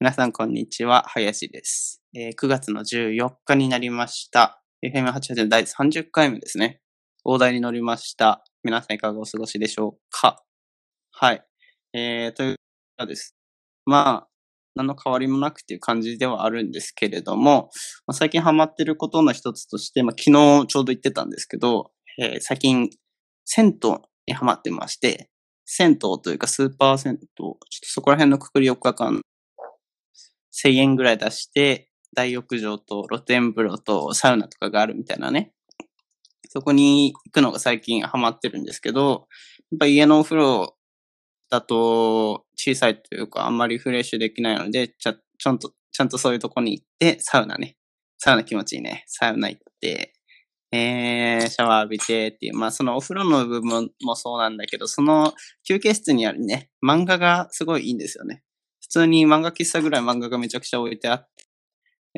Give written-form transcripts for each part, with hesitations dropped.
皆さん、こんにちは。林です。9月の14日になりました。FM88 の第30回目ですね。大台に乗りました。皆さん、いかがお過ごしでしょうか？はい。ということです。まあ、何の変わりもなくっていう感じではあるんですけれども、最近ハマってることの一つとして、昨日ちょうど言ってたんですけど、最近、銭湯にハマってまして、銭湯というかスーパー銭湯、ちょっとそこら辺のくくり4日間、1000円ぐらい出して、大浴場と露天風呂とサウナとかがあるみたいなね。そこに行くのが最近ハマってるんですけど、やっぱ家のお風呂だと小さいというかあんまりリフレッシュできないので、ちゃんとそういうとこに行って、サウナ気持ちいいね。サウナ行って、シャワー浴びてっていう、そのお風呂の部分もそうなんだけど、その休憩室にあるね、漫画がすごいいいんですよね。普通に漫画喫茶ぐらい漫画がめちゃくちゃ置いてあって、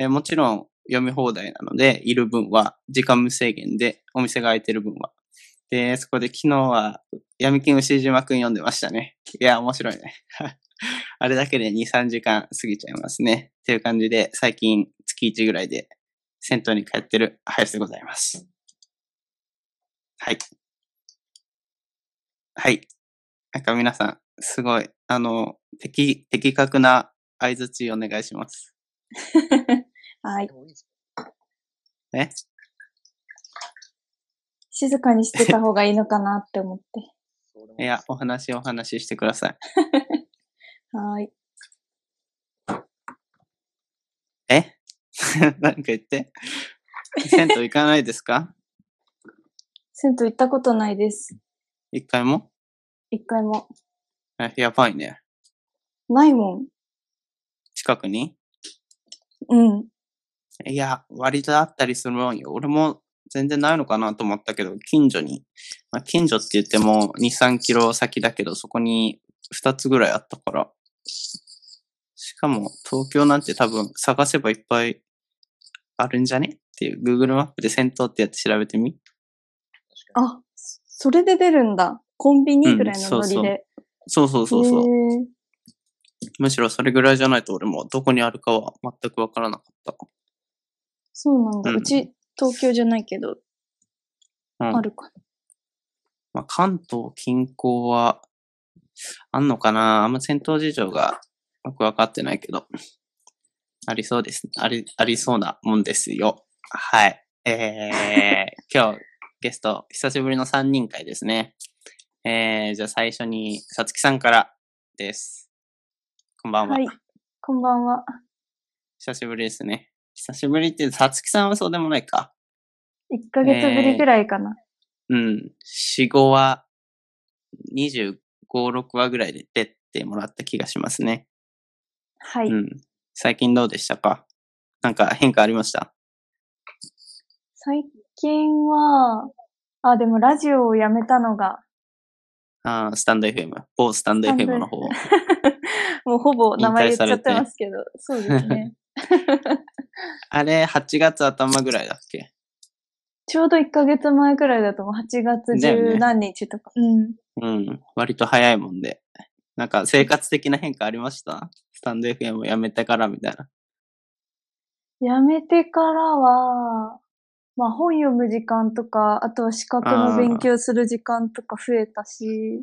もちろん読み放題なので、いる分は時間無制限で、お店が開いてる分は。で、そこで昨日は闇金牛島くん読んでましたね。いや、面白いね。あれだけで2、3時間過ぎちゃいますね。っていう感じで、最近月1ぐらいで銭湯に通ってる林でございます。はい。はい。なんか皆さん、すごい、的確な相槌お願いします。 はい。 え？ 静かにしてた方がいいのかなって思って。 いや、お話ししてください。 はい。 え？なんか言って。銭湯行かないですか？ 銭湯行ったことないです。 一回も？ 一回も。 やばいね。 ないもん。 近くに？ うん。 いや、割とあったりするもんよ。俺も全然ないのかなと思ったけど、近所に、近所って言っても2、3キロ先だけど、そこに2つぐらいあったから。しかも、東京なんて多分探せばいっぱいあるんじゃねっていう、Google マップで銭湯ってやって調べてみ。 あ、それで出るんだ。コンビニぐらいのノリで。 そう。むしろそれぐらいじゃないと俺もどこにあるかは全くわからなかった。 そうなんだ。うち、東京じゃないけど、あるかな。関東近郊は、あんのかな？あんま銭湯事情がよくわかってないけど。ありそうです。ありそうなもんですよ。はい。今日ゲスト、久しぶりの3人会ですね。じゃあ最初に、さつきさんからです。こんばんは。 はい。こんばんは。 久しぶりですね。久しぶりって、さつきさんはそうでもないか。 1ヶ月ぶりぐらいかな。 4、5話、25、6話ぐらいで出てもらった気がしますね。 はい。 最近どうでしたか？なんか変化ありました？ 最近は、でもラジオをやめたのが。 スタンド FM。某スタンド FM の方。 もうほぼ名前言っちゃってますけど、そうですね。 あれ、8月頭ぐらいだっけ？ ちょうど1ヶ月前くらいだと思う。8月10何日とか。 割と早いもんで。なんか生活的な変化ありました？スタンド FM をやめてからみたいな。 やめてからは、本読む時間とか、あとは資格の勉強する時間とか増えたし、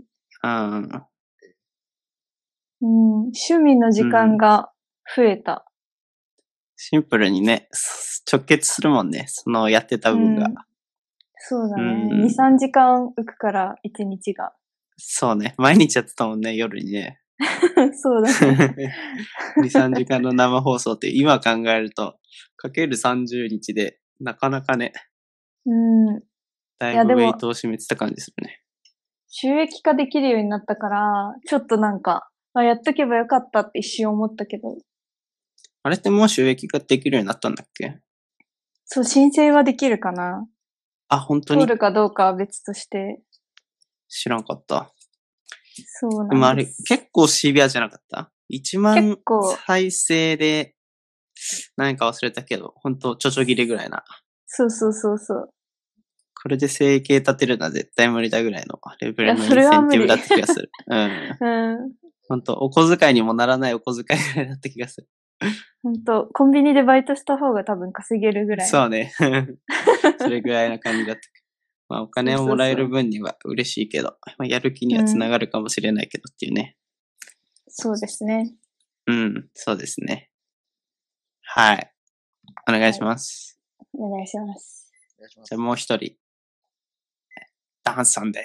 趣味の時間が増えた。 シンプルにね、直結するもんね、そのやってた分が。 そうだね。2、3時間浮くから、1日が。 そうね。毎日やってたもんね、夜にね。 そうだね。 2、3時間の生放送って今考えると、かける30日で、なかなかね。だいぶウェイトを占めてた感じするね。 収益化できるようになったから、ちょっとなんか、やっとけばよかったって一瞬思ったけど。 あれってもう収益化できるようになったんだっけ？ そう、申請はできるかな。 本当に？ 通るかどうかは別として。 知らんかった。 そうなんです。 でもあれ、結構シビアじゃなかった？ 1 万再生で、何か忘れたけど、本当ちょちょ切れぐらいな。 そう。 これで生計立てるのは絶対無理だぐらいのレベルのインセンティブだった気がする。 ほんと、お小遣いにもならないお小遣いぐらいだった気がする。 ほんと、コンビニでバイトした方が多分稼げるぐらい。 そうね。それぐらいな感じだった。まあ、お金をもらえる分には嬉しいけど、まあ、やる気にはつながるかもしれないけどっていうね。 そうですね。 うん、そうですね。はい。お願いします。 お願いします。 じゃあもう一人。ダンさんです。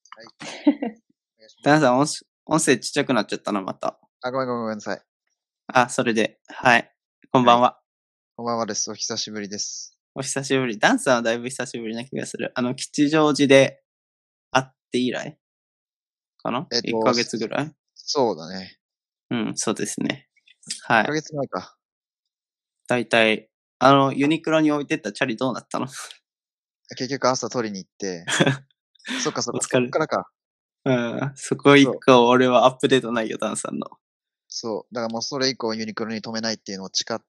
ダンさん、音声ちっちゃくなっちゃったな、また。 あ、ごめんなさい。 あ、それで。はい。こんばんは。 こんばんはです。お久しぶりです。 お久しぶり。ダンさんはだいぶ久しぶりな気がする。吉祥寺で会って以来かな、?1 ヶ月ぐらいそうだね。 うん、そうですね。はい。 1ヶ月前か。 だいたい、ユニクロに置いてったチャリどうなったの？ 結局朝取りに行って。そっか、そっからか。 うん、そこ以降俺はアップデートないよ、ダンさんの。 そう。だからもうそれ以降ユニクロに止めないっていうのを誓って、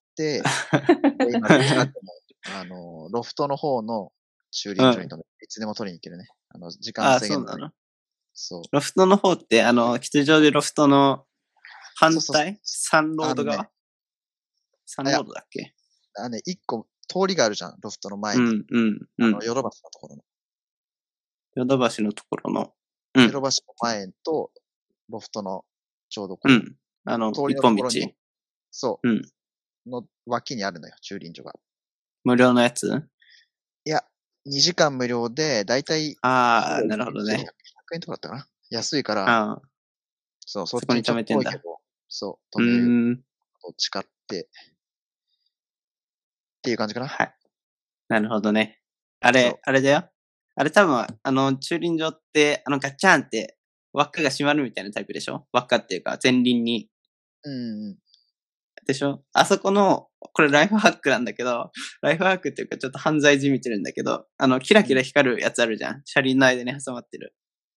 今どっちかっても、ロフトの方の駐輪場に止めて、いつでも取りに行けるね。時間制限の。 そうなの？ そう。 ロフトの方って、吉祥寺ロフトの反対サンロード側、サンロードだっけ？ 一個通りがあるじゃん、ロフトの前に。ヨドバシのところの。 ヨドバシのところの。 ヨドバシの前と、ロフトのちょうどこう。 通りのところに。 そう。の脇にあるのよ、駐輪場が。 無料のやつ？ いや、2時間無料で、だいたい。 なるほどね。 100円とかだったかな。安いから、そう、そこに止めてんだ。そう、止めるを誓って、っていう感じかな。 はい。なるほどね。あれだよ。あれ多分、駐輪場って、ガッチャンって、輪っかが閉まるみたいなタイプでしょ？輪っかっていうか、前輪に。でしょ？あそこの、これライフハックなんだけど、ライフハックっていうかちょっと犯罪じみてるんだけど、キラキラ光るやつあるじゃん。車輪の間に挟まってる。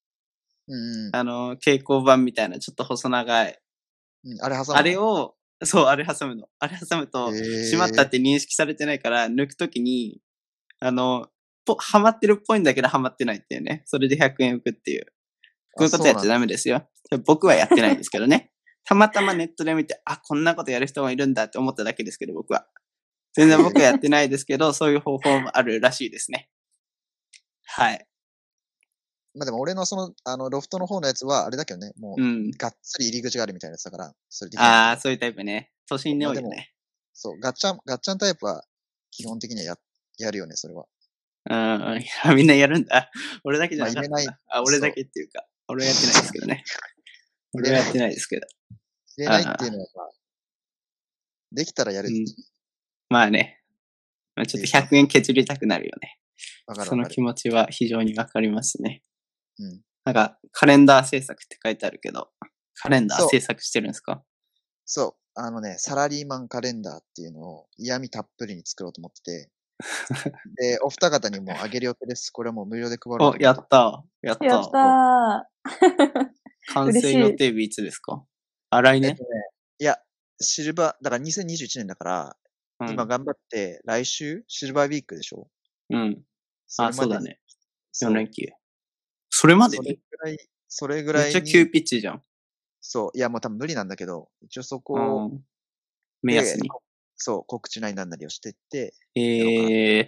蛍光板みたいな、ちょっと細長い。 あれ挟むの？ あれを、そう、あれ挟むの。あれ挟むと、閉まったって認識されてないから、抜くときに、はまってるっぽいんだけど、はまってないっていうね。それで100円浮くっていう。こういうことやっちゃダメですよ。僕はやってないんですけどね。たまたまネットで見て、こんなことやる人もいるんだって思っただけですけど、僕は。全然僕はやってないですけど、そういう方法もあるらしいですね。はい。 まあでも俺のロフトの方のやつは、あれだけどね、もう、がっつり入り口があるみたいなやつだから、それできない。 そういうタイプね。都心に多いよね。 そう、ガッチャンタイプは、基本的にはやるよね、それは。 みんなやるんだ。俺だけじゃなかった。 まあ、入れない。 俺だけっていうか、俺はやってないですけどね。俺はやってないですけど。 入れないっていうのは、できたらやる。 まあね。ちょっと100円削りたくなるよね。その気持ちは非常にわかりますね。なんか、カレンダー制作って書いてあるけど、カレンダー制作してるんですか？ そう。サラリーマンカレンダーっていうのを嫌味たっぷりに作ろうと思ってて、で、お二方にもあげる予定です。これはもう無料で配ろうと思って。 やった。やった。 やった完成予定日いつですか？来年？ いや、だから2021年だから、今頑張って、来週、シルバーウィークでしょ？ そうだね。4連休。それまでに？ それぐらい。 めっちゃ急ピッチじゃん。 そう。いや、もう多分無理なんだけど、一応そこを、 目安に。 そう、告知なりなんなりをしてって。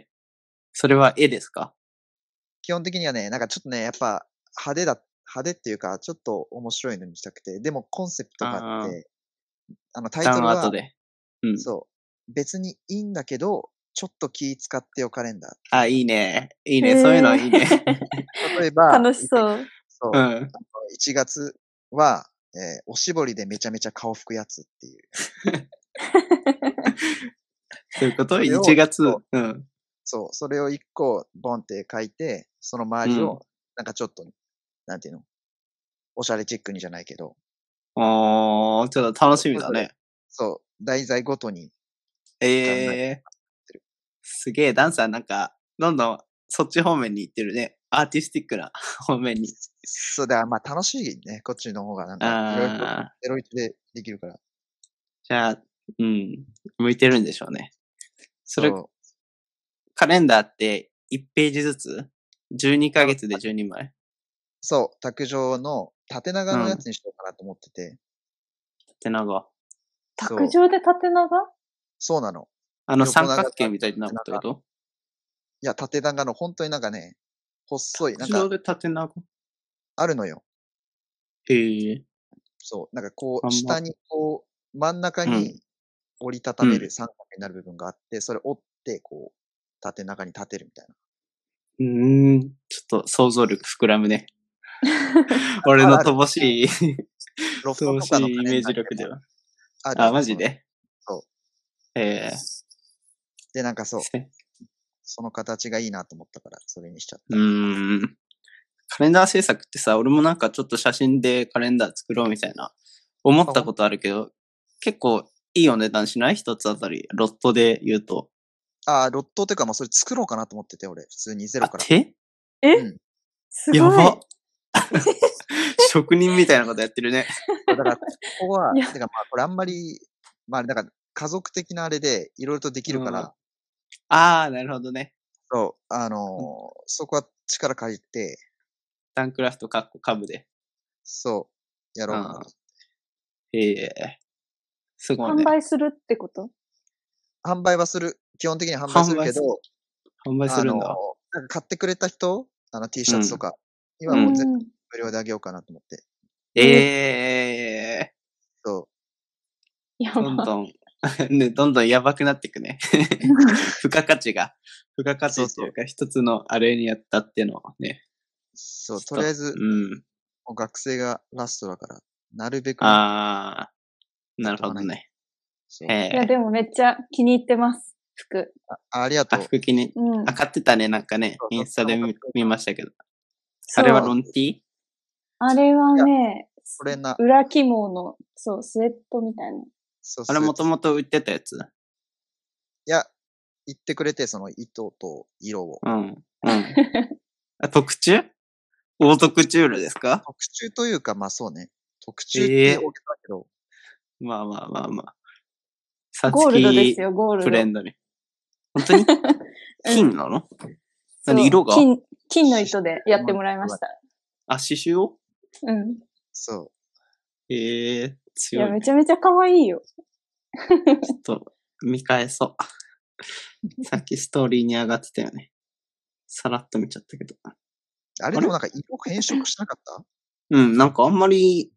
それは絵ですか？ 基本的にはね、なんかちょっとね、やっぱ派手っていうか、ちょっと面白いのにしたくて、でもコンセプトがあって、タイトルは、そう、別にいいんだけど、ちょっと気使ってよカレンダー。 いいね。いいね。そういうのはいいね。 例えば、 楽しそう。 そう。1月は、おしぼりでめちゃめちゃ顔拭くやつっていう。 そういうこと？ 1 月。 そう。それを1個ボンって書いて、その周りを、なんかちょっと、なんていうの？おしゃれチックにじゃないけど。 ちょっと楽しみだね。 そう。題材ごとに。 すげえ、ダンサーなんか、どんどんそっち方面に行ってるね。アーティスティックな方面に。 そうだ、まあ楽しいね。こっちの方がなんか、いろいろエロいでできるから。 じゃあ、向いてるんでしょうね。それ、カレンダーって1ページずつ ?12 ヶ月で12枚？ そう、卓上の縦長のやつにしようかなと思ってて。 縦長。 卓上で縦長？ そうなの。 三角形みたいなことってこと？ いや、縦長の本当になんかね、細い、なんか。 卓上で縦長？ あるのよ。 へえ。 そう。なんかこう、下にこう、真ん中に折りたためる三角になる部分があって、それ折って、こう、縦長に立てるみたいな。 ちょっと想像力膨らむね。俺の乏しい、乏しいイメージ力では。あ、マジで？ そう。 で、 なんかそう。その形がいいなと思ったから、それにしちゃった。 カレンダー制作ってさ、俺もなんかちょっと写真でカレンダー作ろうみたいな、思ったことあるけど、結構いいお値段しない？一つあたり、ロットで言うと。 ロットっていうか、もうそれ作ろうかなと思ってて、俺。普通にゼロから。 すごい。 やば。職人みたいなことやってるね。 だから、ここは、てかまあ、これあんまり、まあ、だから家族的なあれで、いろいろとできるから。 なるほどね。 そう、そこは力借りて。 タンクラフト株で。 そう、やろうかな。 すごいね。 販売するってこと？ 販売はする。基本的に販売するけど。 販売するんだ。 なんか買ってくれた人、T シャツとか、今もう全部無料であげようかなと思って。そう。 どんどん、ね、どんどんやばくなっていくね。付加価値っていうか、一つのあれにやったっていうのはね。 そう、とりあえず、学生がラストだから、なるべく。 なるほどね。 いや、でもめっちゃ気に入ってます、服。 ありがとう。 服気に、買ってたね、なんかね、インスタで見ましたけど。あれはロンティー？ あれはね、 これな。 裏肝の、そう、スウェットみたいな。 あれもともと売ってたやつ？ いや、言ってくれて、その糸と色を。 特注？大特注ですか？ 特注というか、まあそうね。特注って大げさだけど。 まあ。 ゴールドですよ、ゴールド。 フレンドに。本当に？金なの？色が？ 金の糸でやってもらいました。 刺繍を？ そう。 強い。 いや、めちゃめちゃ可愛いよ。 ちょっと、見返そう。さっきストーリーに上がってたよね。さらっと見ちゃったけど。 あれでもなんか色変色しなかった？ なんかあんまり、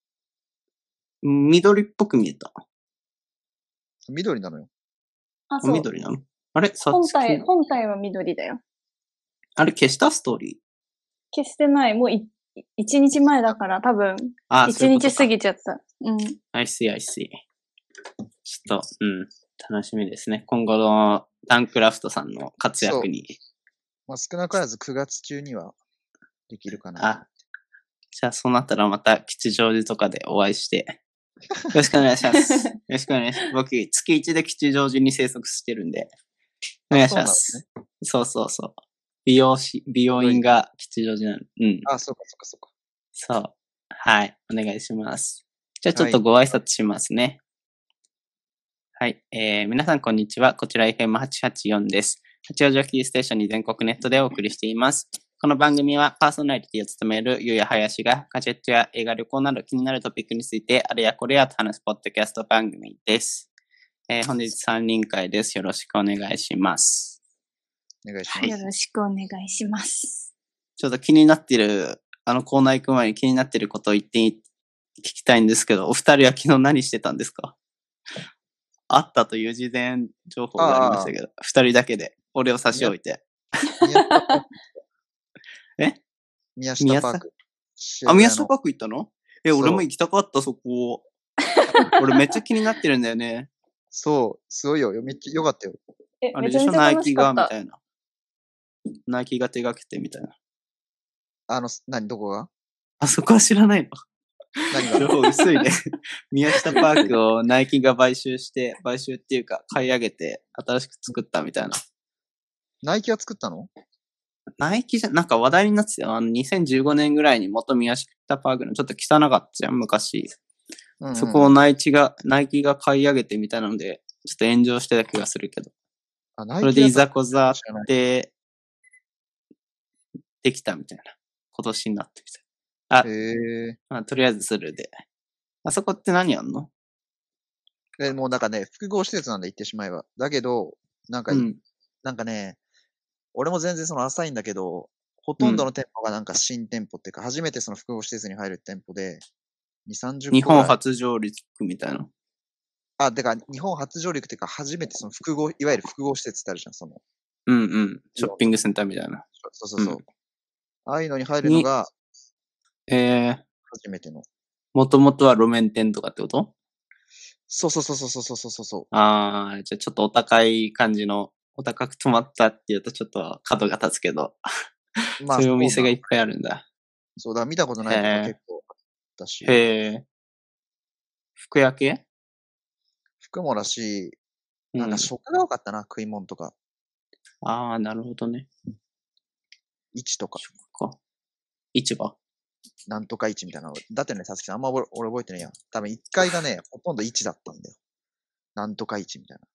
緑っぽく見えた。 緑なのよ。 あ、そう。 緑なの？あれ？ 本体は緑だよ。 あれ消したストーリー？ 消してない。もう1日前だから多分、1日過ぎちゃった。 I see. ちょっと、楽しみですね。今後のタンクラフトさんの活躍に。 まあ、少なからず9月中にはできるかな。 じゃあそうなったらまた吉祥寺とかでお会いして。よろしくお願いします。僕、月1で吉祥寺に生息してるんで。お願いします。そう。美容院が吉祥寺なの。 そうか。 そう。はい。お願いします。じゃあちょっとご挨拶しますね。はい。皆さんこんにちは。こちら FM884 です。八王子をキーステーションに全国ネットでお送りしています。この番組はパーソナリティを務めるゆうやはやしがガジェットや映画旅行など気になるトピックについてあれやこれやと話すポッドキャスト番組です。本日3人会です。よろしくお願いします。 お願いします。 よろしくお願いします。 ちょっと気になってる、コーナー行く前に気になってることを聞きたいんですけど、お二人は昨日何してたんですか？あったという事前情報がありましたけど、二人だけで、俺を差し置いて。 宮下パーク。 宮下パーク行ったの？俺も行きたかった、そこ。俺めっちゃ気になってるんだよね。 そう、すごいよ。めっちゃ良かったよ。 あれでしょ、ナイキが、みたいな。ナイキが手掛けてみたいな。 どこが？ そこは知らないの？ 何が？ 情報薄いね。宮下パークをナイキが買収っていうか、買い上げて、新しく作ったみたいな。 ナイキが作ったの？ ナイキなんか話題になってたよ。2015年ぐらいに元宮下パークのちょっと汚かったじゃん、昔。そこをナイキが買い上げてみたいなので、ちょっと炎上してた気がするけど。それでいざこざって、できたみたいな。今年になってみたいあ、 へとりあえずスルーで。あそこって何やんの？ もうなんかね、複合施設なんだ、言ってしまえば。だけど、なんか、 うん。 なんかね、俺も全然その浅いんだけど、ほとんどうん。 の店舗がなんか新店舗っていうか、初めてその複合施設に入る店舗で、2、30 日個ぐらい。 本初上陸みたいな。 てか、日本初上陸っていうか、初めてその複合、いわゆる複合施設ってあるじゃん、その。 うんうん。ショッピングセンターみたいな。 そうそうそう。 うん。 ああいうのに入るのが初めての。 もともとは路面店とかってこと？ そうそうそうそうそうそうそうそう。 ああ、じゃあちょっとお高い感じの、お高く泊まったっていうとちょっと角が立つけど、 まあ、 そういうおそうな。 店がいっぱいあるんだ。 そうだ、見たことなへいとか結え。 構あったし、 へえ。服屋系？ 服もだし、なんかうん。 食が多かったな、食い物とか。 ああ、なるほどね。 市とか、 食か。市場？ なんとか市みたいなの。だってね、さつきさん、あんま俺覚えてないや。多分1階がね、ほとんど市だったんだよ。なんとか市みたいな。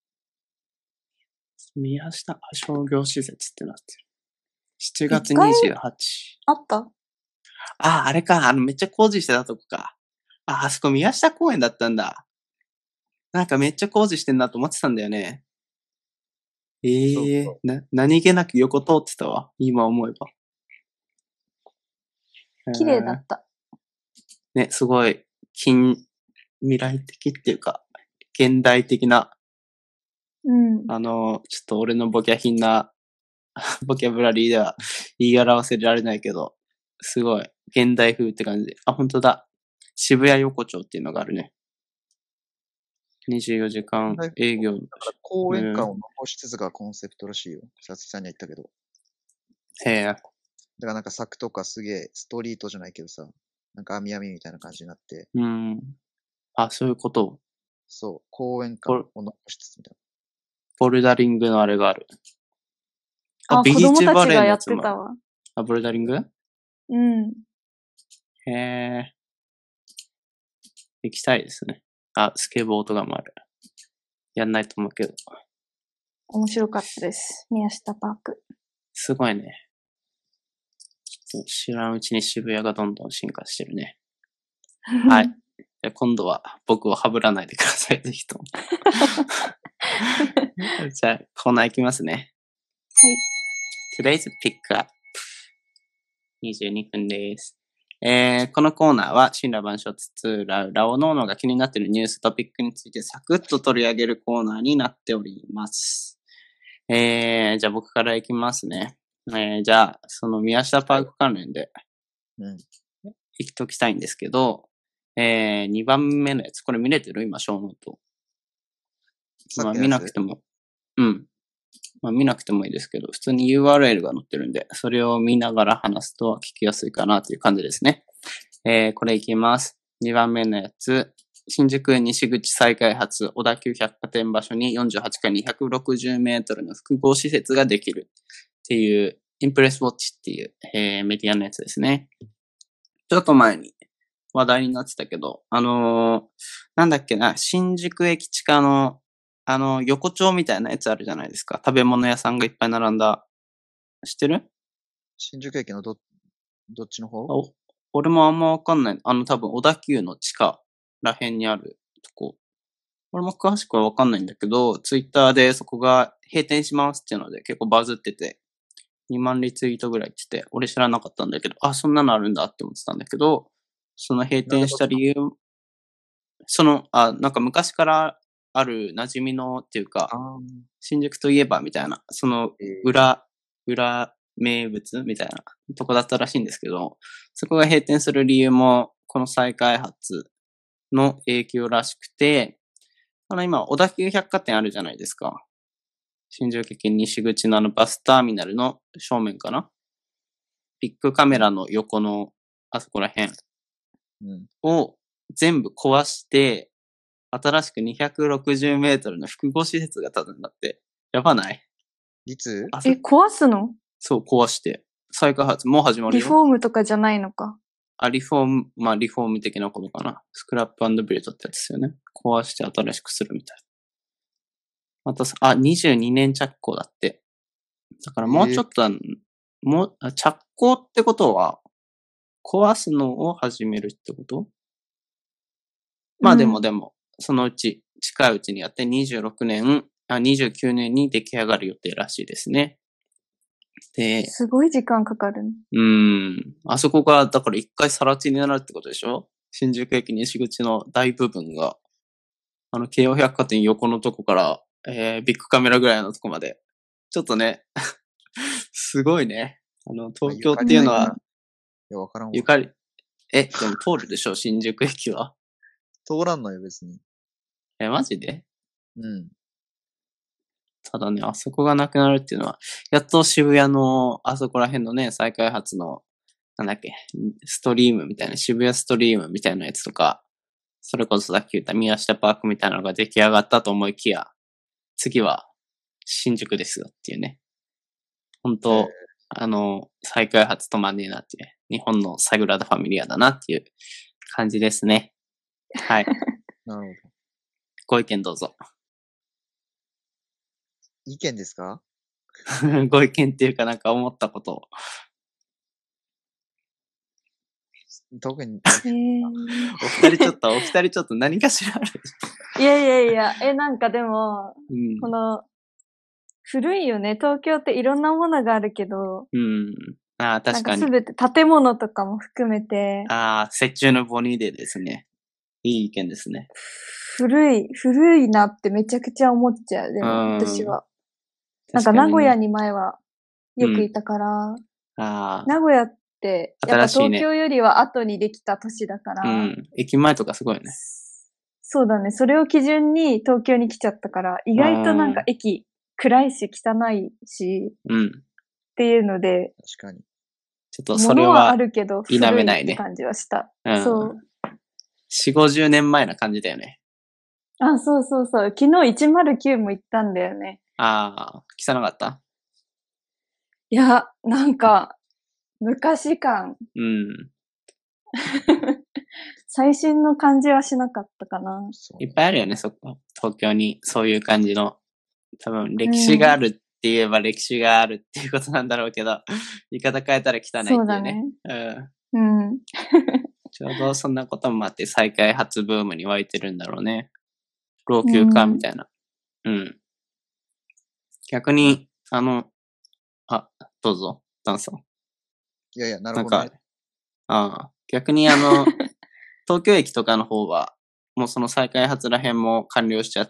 宮下商業施設ってなってる。7月一回 28。 あった？ あ、あれか。めっちゃ工事してたとこか。あそこ宮下公園だったんだ。なんかめっちゃ工事してんなと思ってたんだよね。 そう何気なく横通ってたわ。今思えば。 綺麗だった。 ね、すごい、近未来的っていうか、現代的な、 うん。 ちょっと俺のボキャ品なボキャブラリーでは言い表せられないけど、すごい、現代風って感じで。あ、本当だ。渋谷横丁っていうのがあるね。24時間営業。 だから公園館を残しつつがコンセプトらしいよ。さつきさんには言ったけど。 へえ。 だからなんか柵とかすげえストリートじゃないけどさ、なんか網みたいな感じになって、 うん。あ、そういうこと。 そう、公園館を残しつつみたいボルダリングのあれがある。あ、ビ子ーチバ供たちがやっレーのやつも。 てたわ。 あ、ボルダリング？ うん。 へえ。行きたいですね。スケボーとかもある。やんないと思うけど。 面白かったです。宮下パーク。 すごいね。知らんうちに渋谷がどんどん進化してるね。はい。じゃあ今度は僕をはぶらないでください、ぜひとも。じゃあコーナー行きますね。 はい。 Today's Pickup。22分です。このコーナーは、神羅万象つつらうらおのおのが気になっているニューストピックについてサクッと取り上げるコーナーになっております。じゃあ僕から行きますね。じゃあ、その宮下パーク関連で、言っときたいんですけど、2番目のやつ、これ見れてる？今、ショーノート。まあ見なくても、まあ見なくてもいいですけど、普通に URL が載ってるんで、それを見ながら話すと聞きやすいかなという感じですね。これいきます。2番目のやつ。新宿西口再開発小田急百貨店場所に48階260メートルの複合施設ができるっていう、インプレスウォッチっていう、メディアのやつですね。ちょっと前に話題になってたけど、なんだっけな、新宿駅地下の横丁みたいなやつあるじゃないですか。食べ物屋さんがいっぱい並んだ。知ってる？ 新宿駅のどっちの方？ 俺もあんまわかんない。多分小田急の地下ら辺にあるとこ。俺も詳しくはわかんないんだけど、ツイッターでそこが閉店しますっていうので結構バズってて、2万リツイートぐらい来て、俺知らなかったんだけど、そんなのあるんだって思ってたんだけど、その閉店した理由、なんか昔からある馴染みのっていうか、新宿といえばみたいな、その裏名物みたいなとこだったらしいんですけど、そこが閉店する理由も、この再開発の影響らしくて、今、小田急百貨店あるじゃないですか。新宿駅西口のバスターミナルの正面かな？ビッグカメラの横のあそこら辺を全部壊して、新しく260メートルの複合施設が建つんだって。やばない？ 壊すの？ そう、壊して。再開発もう始まるよ。 リフォームとかじゃないのか。 リフォーム、リフォーム的なことかな。スクラップ&ビルドってやつですよね。壊して新しくするみたいな。また22年着工だって。だからもうちょっと着工ってことは、 壊すのを始めるってこと？まあでも、そのうち、近いうちにやって29年に出来上がる予定らしいですね。で、 すごい時間かかる。 あそこが、だから一回更地になるってことでしょ？新宿駅西口の大部分が、京王百貨店横のとこから、ビッグカメラぐらいのとこまで。ちょっとね、すごいね。東京っていうのは、 いや、わからんわ。 でも通るでしょ、新宿駅は。 通らんのよ、別に。 マジで？ うん。 ただね、あそこがなくなるっていうのは、やっと渋谷の、あそこら辺のね、再開発の、なんだっけ、ストリームみたいな、渋谷ストリームみたいなやつとか、それこそさっき言った宮下パークみたいなのが出来上がったと思いきや、次は新宿ですよっていうね。本当再開発止まんねえなっていう、日本のサグラダ・ファミリアだなっていう感じですね。はい。 なるほど。 ご意見どうぞ。 意見ですか？ ご意見っていうかなんか思ったことを。 特に。 お二人ちょっと何かしらある。 いや、なんかでも、この、古いよね。東京っていろんなものがあるけど、 確かに。 すべて建物とかも含めて。 折衷のボニーデーですね。いい意見ですね。 古いなってめちゃくちゃ思っちゃう。でも、私は。なんか名古屋に前はよくいたから、名古屋って、やっぱ東京よりは後にできた都市だから、 駅前とかすごいね。 そうだね。それを基準に東京に来ちゃったから、意外となんか駅暗いし汚いし、っていうので、 確かに。 ちょっとそれはあるけど否めないね。 って感じはした。 そう。4、50年前な感じだよね。 そう。昨日109も行ったんだよね。 汚かった？ いや、なんか、昔感。最新の感じはしなかったかな。 いっぱいあるよね、そこ。東京にそういう感じの。多分、歴史があるって言えば歴史があるっていうことなんだろうけど、言い方変えたら汚いっていうね。そうだね。ちょうどそんなこともあって再開発ブームに湧いてるんだろうね。老朽化みたいな。逆に、どうぞ、ダンさん。 いや、なるほど、ね。 逆に東京駅とかの方は、もうその再開発ら辺も完了しちゃって、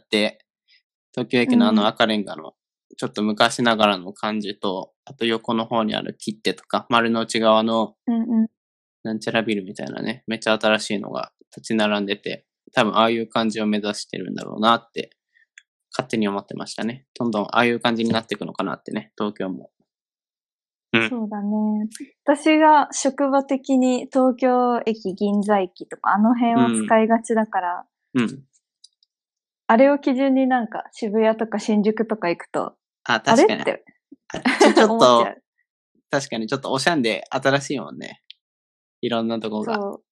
東京駅の赤レンガのちょっと昔ながらの感じと、あと横の方にある切手とか、丸の内側のなんちゃらビルみたいなね、めっちゃ新しいのが立ち並んでて、多分ああいう感じを目指してるんだろうなって勝手に思ってましたね。どんどんああいう感じになっていくのかなってね、東京も。 そうだね。私が職場的に東京駅、銀座駅とかあの辺を使いがちだから、あれを基準になんか渋谷とか新宿とか行くと、 確かに。 あれって。 ちょっと、確かにちょっとおしゃんで新しいもんね。いろんなとこが。そう。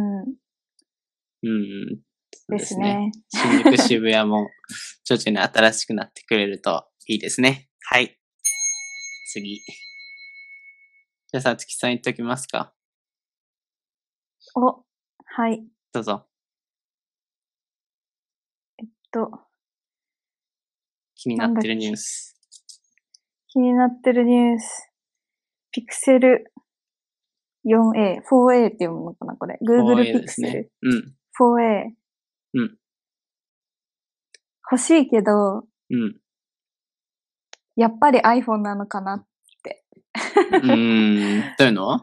ですね。新宿、渋谷も徐々に新しくなってくれるといいですね。はい。次。じゃあ、さつきさん言っときますか。 はい。 どうぞ。気になってるニュース。 気になってるニュース。ピクセル 4A、4A って読むのかなこれ。Google ピクセル。4A。欲しいけど、やっぱり iPhone なのかなって。 どういうの？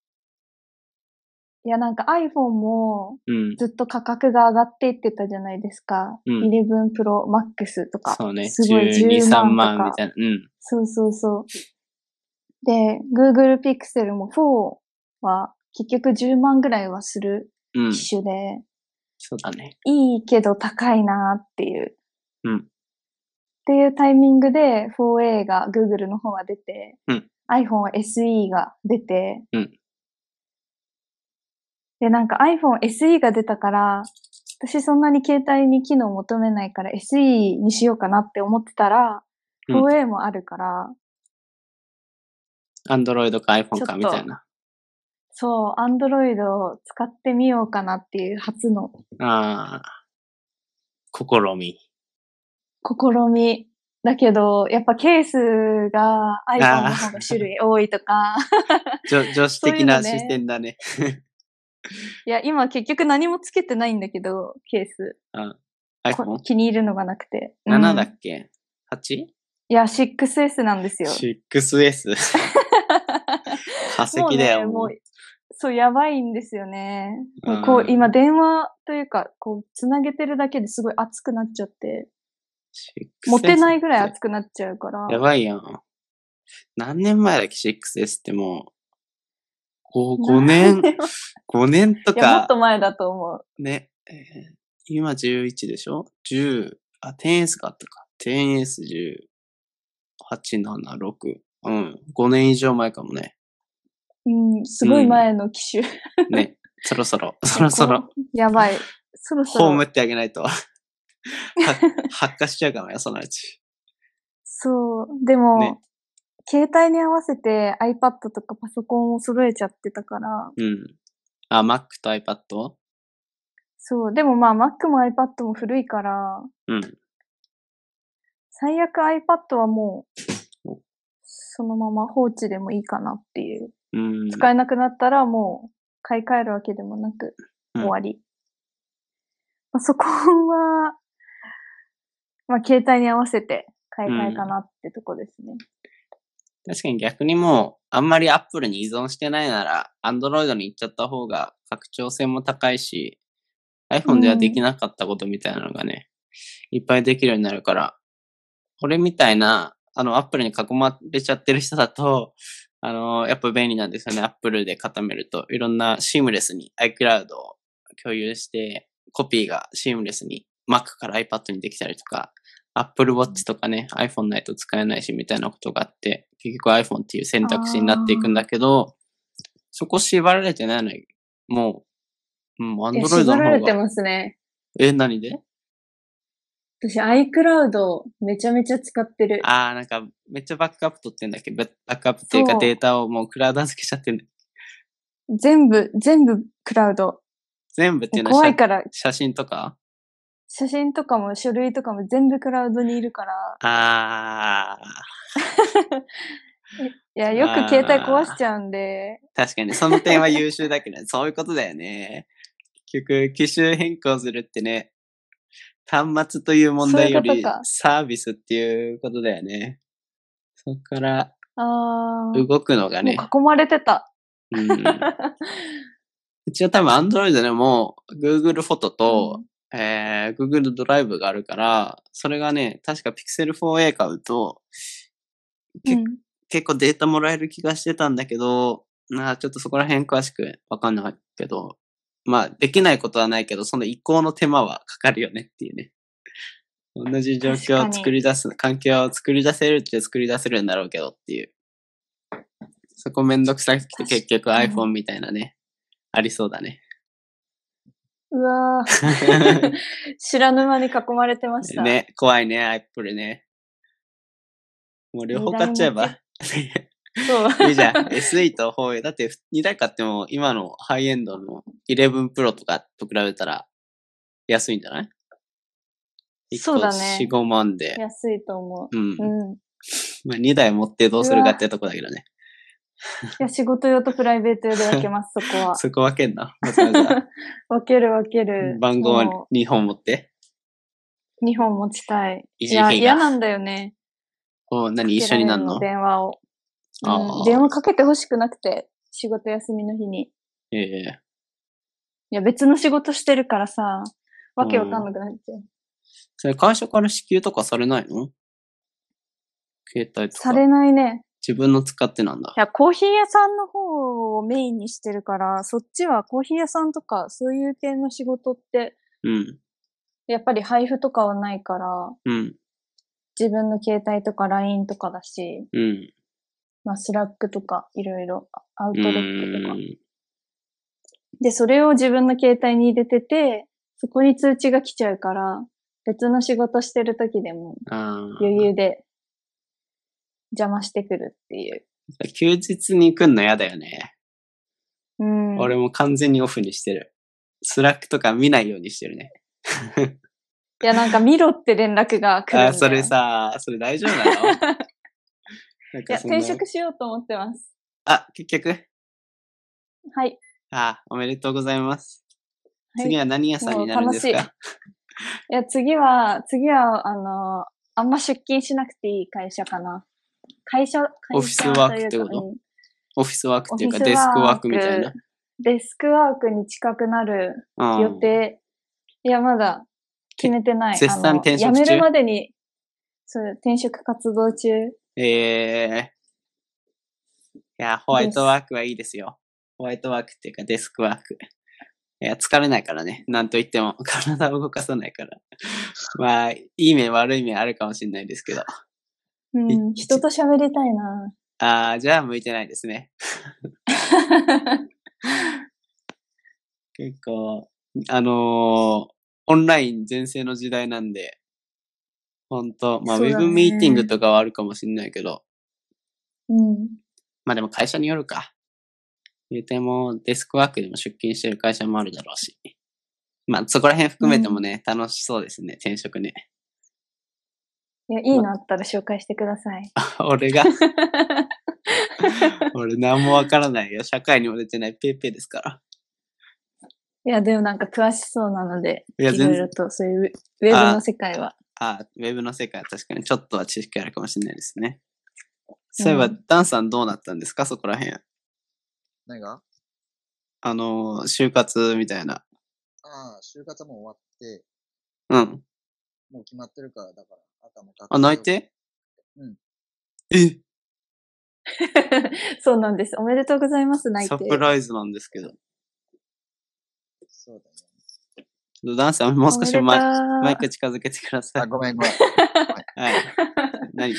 いや、なんか iPhone もずっと価格が上がっていってたじゃないですか。11 Pro Max とか。 そうね。 すごい 12、3万みたいな。 そう。で、Google Pixel も4は結局10万ぐらいはする機種で。 そうだね。 いいけど高いなっていう。っていうタイミングで 4A が Google の方が出て、iPhone は SE が出て、で、なんか iPhone SE が出たから、私そんなに携帯に機能求めないから SE にしようかなって思ってたら、4A もあるから。 Android か iPhone かみたいな。 そう、アンドロイドを使ってみようかなっていう初の。 試み。 だけど、やっぱケースが iPhone の方が種類多いとか。 女子的な視点だね。 いや、今結局何もつけてないんだけど、ケース。 iPhone？ 気に入るのがなくて。 7だっけ？ 8？ いや、6S なんですよ。 6S？ 化石だよ。 もうそう、やばいんですよね。こう、今電話というか、こう、つなげてるだけですごい熱くなっちゃって。持てないぐらい熱くなっちゃうから。 やばいやん。何年前だっけ 6S ってもう、5年とか。 いや、もっと前だと思う。 ね。今11でしょ ?10、10S があったか。10S10、8、7、6。5年以上前かもね。 すごい前の機種。 ね。そろそろ。 やばい。そろそろ。 葬ってあげないと。発火しちゃうかもよ、そのうち。 そう。でも、ね、携帯に合わせて iPad とかパソコンを揃えちゃってたから。 Mac と iPad？ そう。でもまあ Mac も iPad も古いから。最悪 iPad はもう、そのまま放置でもいいかなっていう。使えなくなったらもう買い替えるわけでもなく終わり。パソコンは、携帯に合わせて買い替えかなってとこですね。 確かに逆にもう、あんまり Apple に依存してないなら、Android に行っちゃった方が拡張性も高いし、iPhone ではできなかったことみたいなのがね、いっぱいできるようになるから、俺みたいな、Apple に囲まれちゃってる人だと、やっぱ便利なんですよね。Apple で固めると、いろんなシームレスに iCloud を共有して、コピーがシームレスに Mac から iPad にできたりとか、Apple Watch とかね、iPhone ないと使えないしみたいなことがあって、結局 iPhone っていう選択肢になっていくんだけど、そこ縛られてないのに、もう、Android の方が。 縛られてますね。 何で？ 私 iCloud めちゃめちゃ使ってる。 なんかめっちゃバックアップ取ってんだっけど、バックアップっていうかデータをもうクラウド預けちゃってんだ。 全部クラウド。 全部っていうのは怖いから写真とかも書類とかも全部クラウドにいるから。いや、よく携帯壊しちゃうんで。 確かに、その点は優秀だけど、そういうことだよね。結局、機種変更するってね、端末という問題よりサービスっていうことだよね。そっから動くのがね。 もう囲まれてた。 一応多分 Android でも Google フォトと、Google ドライブがあるから、それがね、確か Pixel 4a 買うと、結構データもらえる気がしてたんだけど、ちょっとそこら辺詳しくわかんないけど、できないことはないけど、その移行の手間はかかるよねっていうね。同じ状況を作り出す、環境を作り出せるって作り出せるんだろうけどっていう。そこめんどくさくて結局 iPhone みたいなね、ありそうだね。 うわぁ。知らぬ間に囲まれてました。 ね、怖いね、Apple ね。もう両方買っちゃえば。 そう。 いいじゃん。SE と 4A。だって2台買っても今のハイエンドの11 Pro とかと比べたら安いんじゃない？ そうだね。 4、5万で。 安いと思う。 2台持ってどうするかってとこだけどね。 いや、仕事用とプライベート用で分けます、そこは。 そこ分けんな。 分ける。 番号は2本持って。 2本持ちたい。いや、嫌なんだよね。 何一緒になんの？ 電話を。電話かけてほしくなくて、仕事休みの日に。いや、別の仕事してるからさ、わけわかんなくなっちゃう。 それ会社から支給とかされないの？携帯とか。 されないね。 自分の使ってなんだ。 いや、コーヒー屋さんの方をメインにしてるから、そっちはコーヒー屋さんとか、そういう系の仕事って、やっぱり配布とかはないから、自分の携帯とか LINE とかだし、スラックとか、いろいろ、アウトロックとか。で、それを自分の携帯に入れてて、そこに通知が来ちゃうから、別の仕事してる時でも、余裕で邪魔してくるっていう。 休日に来んの嫌だよね。 俺も完全にオフにしてる。スラックとか見ないようにしてるね。 いや、なんか見ろって連絡が来るんだよ。 あ、それさ、それ大丈夫なのなんいや、転職しようと思ってます。 あ、結局はい。 あ、おめでとうございます。はい、次は何屋さんになるんですか？ いや、次は、あんま出勤しなくていい会社かな。 オフィスワークってこと？オフィスワークっていうかデスクワークみたいな。 デスクワークに近くなる予定。いや、まだ決めてない。 絶賛転職中？ 辞めるまでに、そう、転職活動中。 いや、ホワイトワークはいいですよ。ホワイトワークっていうかデスクワーク。いや、疲れないからね。なんといっても。体を動かさないから。まあ、いい面悪い面あるかもしれないですけど。 人と喋りたいな。 じゃあ向いてないですね。結構、オンライン全盛の時代なんで、本当まあ、ウェブミーティングとかはあるかもしれないけど、まあでも会社によるか。言うても、デスクワークでも出勤してる会社もあるだろうし。まあ、そこら辺含めてもね、楽しそうですね、転職ね。 いや、いいのあったら紹介してください。 俺が俺何もわからないよ。社会にも出てないペーペーですから。 いや、でもなんか詳しそうなので、いろいろとそういうウェブの世界は。 ウェブの世界は確かにちょっとは知識あるかもしれないですね。そういえば、ダンさんどうなったんですか、そこら辺。 何が？ 就活みたいな。 就活はもう終わって。 うん。 もう決まってるから、だから、あとはもう。内定？ うん。 そうなんです。おめでとうございます、内定。 サプライズなんですけど。 そうだね。 ダンさん、もう少しマイク近づけてください。 ごめん。はい。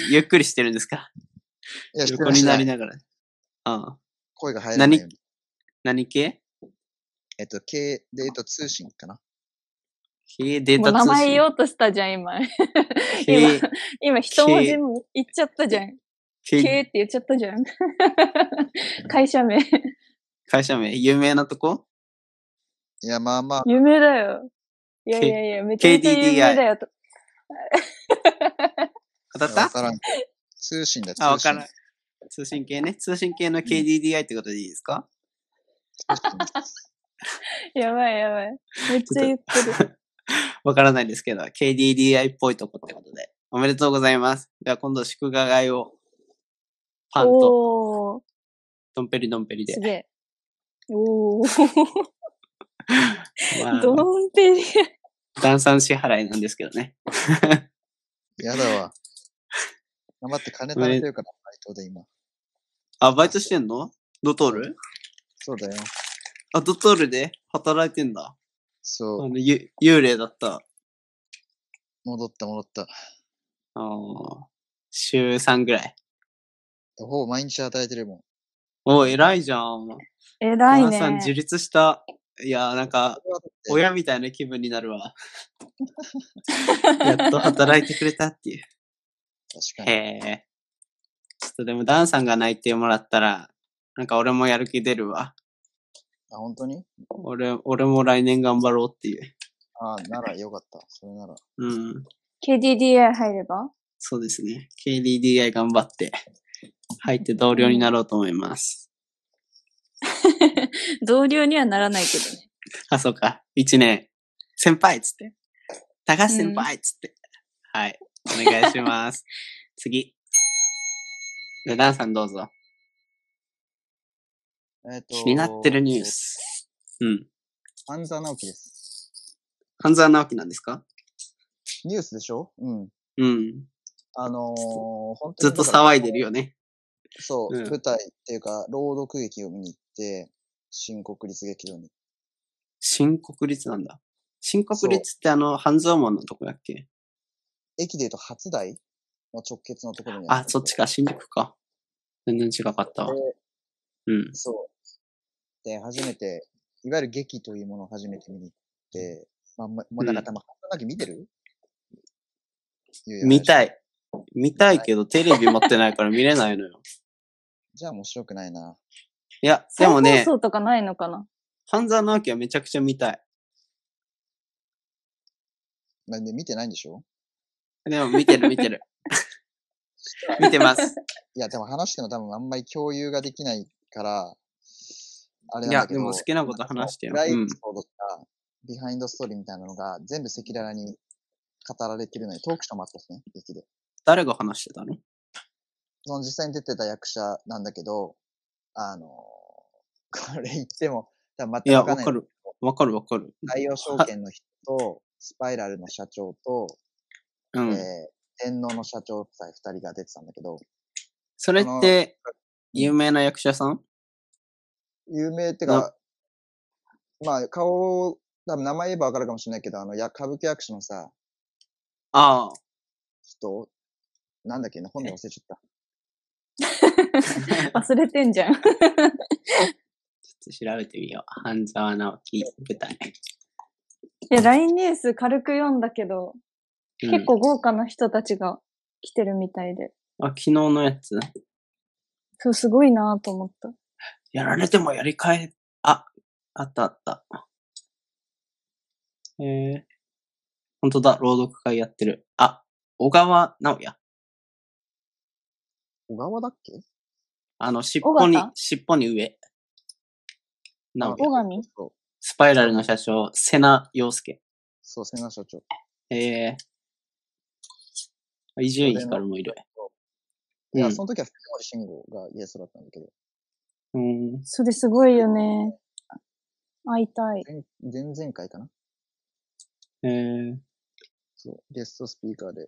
ゆっくりしてるんですか？ いや、 横になりながら。 声が入らないように。 何系？ 系データ通信かな。 系データ通信。 名前言おうとしたじゃん、今。今一文字も言っちゃったじゃん。系って言っちゃったじゃん。会社名。 会社名有名なとこ？ いや、まあまあ。 有名だよ。いや、めちゃめちゃ有名だよ。 当たった？ わからん。通信だ、通信。 わからん。通信系ね。通信系の KDDI ってことでいいですか？ やばい。めっちゃ言ってる。 わからないんですけど、KDDI っぽいとこってことで。おめでとうございます。では今度、祝賀買いを、パンと、ドンペリで。 すげえ。ドンペリ。 段産支払いなんですけどね。 やだわ。頑張って金貯めてるから、バイトで今。 バイトしてんの？ドトール？ そうだよ。 ドトールで働いてんだ。 そう。 幽霊だった。 戻った。 週3ぐらい。 ほぼ毎日働いてるもん。偉いじゃん。 偉いね。 さん自立した。いや、なんか、親みたいな気分になるわ。やっと働いてくれたっていう。 確かに。 ちょっとでもダンさんが内定もらったら、なんか俺もやる気出るわ。 本当に？ 俺も来年頑張ろうっていう。 ならよかった。それなら。 KDDI 入れば？ そうですね。KDDI 頑張って、入って同僚になろうと思います。 同僚にはならないけどね。 そうか。1年。先輩っつって。高橋先輩っつって。はい。お願いします。次。ダンさんどうぞ。気になってるニュース。 半沢直樹です。 半沢直樹なんですか？ ニュースでしょ？ 本当にずっと騒いでるよね。 そう、舞台っていうか、朗読劇を見に行って、新国立劇場に。 新国立なんだ。新国立って半蔵門のとこだっけ？ 駅で言うと初台の直結のところにそっちか、新宿か。全然違かったわ。 そう。で、初めて、いわゆる劇というものを初めて見に行って、もうなんか半沢直樹見てる？ 見たい。見たいけど、テレビ持ってないから見れないのよ。 じゃあ面白くないな。 いや、でもね、 再放送とかないのかな？ 半沢直樹はめちゃくちゃ見たい。 なんで見てないんでしょ？ でも見てる。見てます。 いや、でも話しても多分あんまり共有ができないから、あれいや、 なんだけど。 でも好きなこと話してよ。 プライエピソードとか、ビハインドストーリーみたいなのが全部赤裸々に語られてるのに、トークショーもあったっすね、劇で。 誰が話してたの？ その実際に出てた役者なんだけど、これ言っても、多分全くわかんない。いや、 わかる。 太陽証券の人と、スパイラルの社長と、天皇の社長夫妻2人が出てたんだけど。 それって、有名な役者さん？ 有名ってか、まあ、多分名前言えばわかるかもしれないけど、歌舞伎役者のさ、人、なんだっけな、本名忘れちゃった。 忘れてんじゃん。ちょっと調べてみよう。半沢直樹舞台。 いや、LINE ニュース軽く読んだけど、結構豪華な人たちが来てるみたいで。 昨日のやつ？ そう、すごいなと思った。 やられてもやり返え、あった。本当だ、朗読会やってる。小川直也。 小川だっけ？ 尻尾に上。 直也。小上？ スパイラルの社長、瀬名陽介。 そう、瀬名社長。 伊集院光もいる。 いや、その時は福森慎吾がゲストだったんだけど。 それすごいよね。会いたい。 前々回かな。そう、ゲストスピーカーで。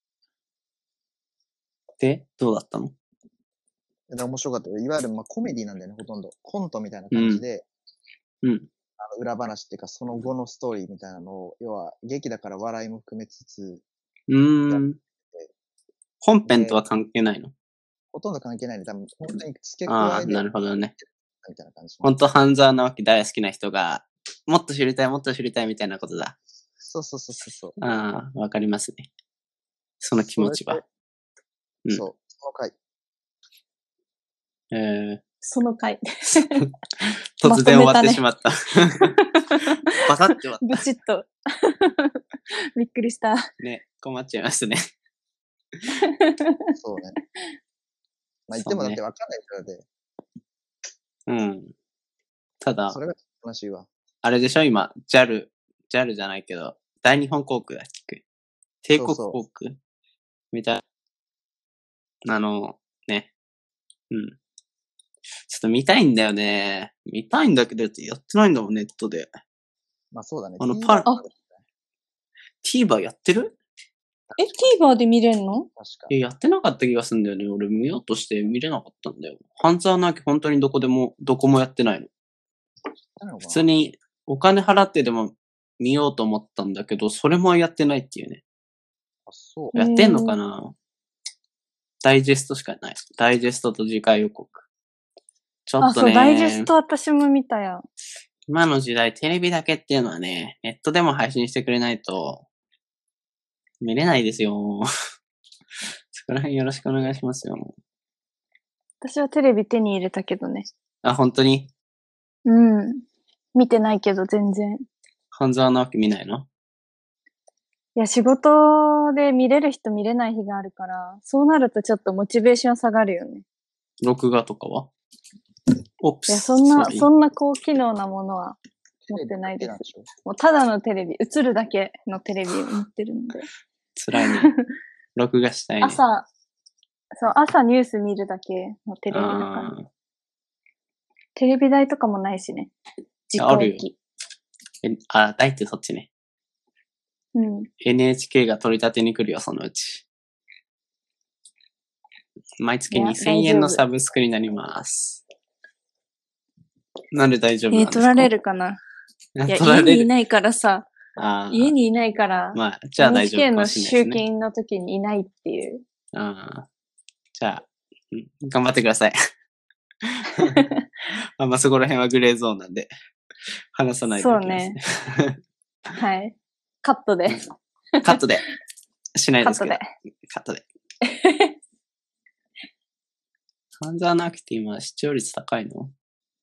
で、どうだったの？ 面白かったよ。いわゆるコメディなんだよね、ほとんど。コントみたいな感じで。裏話っていうか、その後のストーリーみたいなのを、要は、劇だから笑いも含めつつ。 本編とは関係ないの？ ほとんど関係ないね。多分、本当に付け加えで。 なるほどね。 みたいな感じ。 本当、半沢直樹大好きな人が、もっと知りたいみたいなことだ。 そう。 わかりますね。その気持ちは。 そう、その回。 その回。 突然終わってしまった。バタって終わった。 ブチッと。びっくりした。 ね、困っちゃいますね。 そうね。言ってもだってわかんないからで。ただ、 それが悲しいわ。 あれでしょ今、JAL じゃないけど、大日本航空だっけ？帝国航空みたいな。ね。ちょっと見たいんだよね。見たいんだけど、やってないんだもん、ネットで。 そうだね。 TVer やってる ？TVer で見れんの？ 確か。 やってなかった気がするんだよね。俺見ようとして見れなかったんだよ。半沢直樹本当にどこもやってないの。普通にお金払ってでも見ようと思ったんだけど、それもやってないっていうね。やってんのかな？ダイジェストしかない。ダイジェストと次回予告。ちょっとね。 そう、ダイジェスト私も見たよ。 今の時代テレビだけっていうのはね、ネットでも配信してくれないと、見れないですよ。そこら辺よろしくお願いしますよ。 私はテレビ手に入れたけどね。 本当に？ 見てないけど全然。 半沢直樹見ないの？ いや、仕事で見れる人見れない日があるから、そうなるとちょっとモチベーション下がるよね。 録画とかは？ いや、そんな高機能なものは持ってないです。もうただのテレビ、映るだけのテレビを持ってるので。 辛いね。録画したいね。 朝ニュース見るだけのテレビだから。テレビ台とかもないしね。実家駅。 台ってそっちね。NHK が取り立てに来るよ、そのうち。毎月2000円のサブスクになります。なんで大丈夫なんですか？ 取られるかな？いや、家にいないからさ。家にいないから。 じゃあ大丈夫かもしれないですね。 NHK の集金の時にいないっていう。 じゃあ、頑張ってください。そこら辺はグレーゾーンなんで、話さないといけないですね。 そうね。はい。カットで。 カットで。しないですけど。カットで。半沢直樹って今視聴率高いの？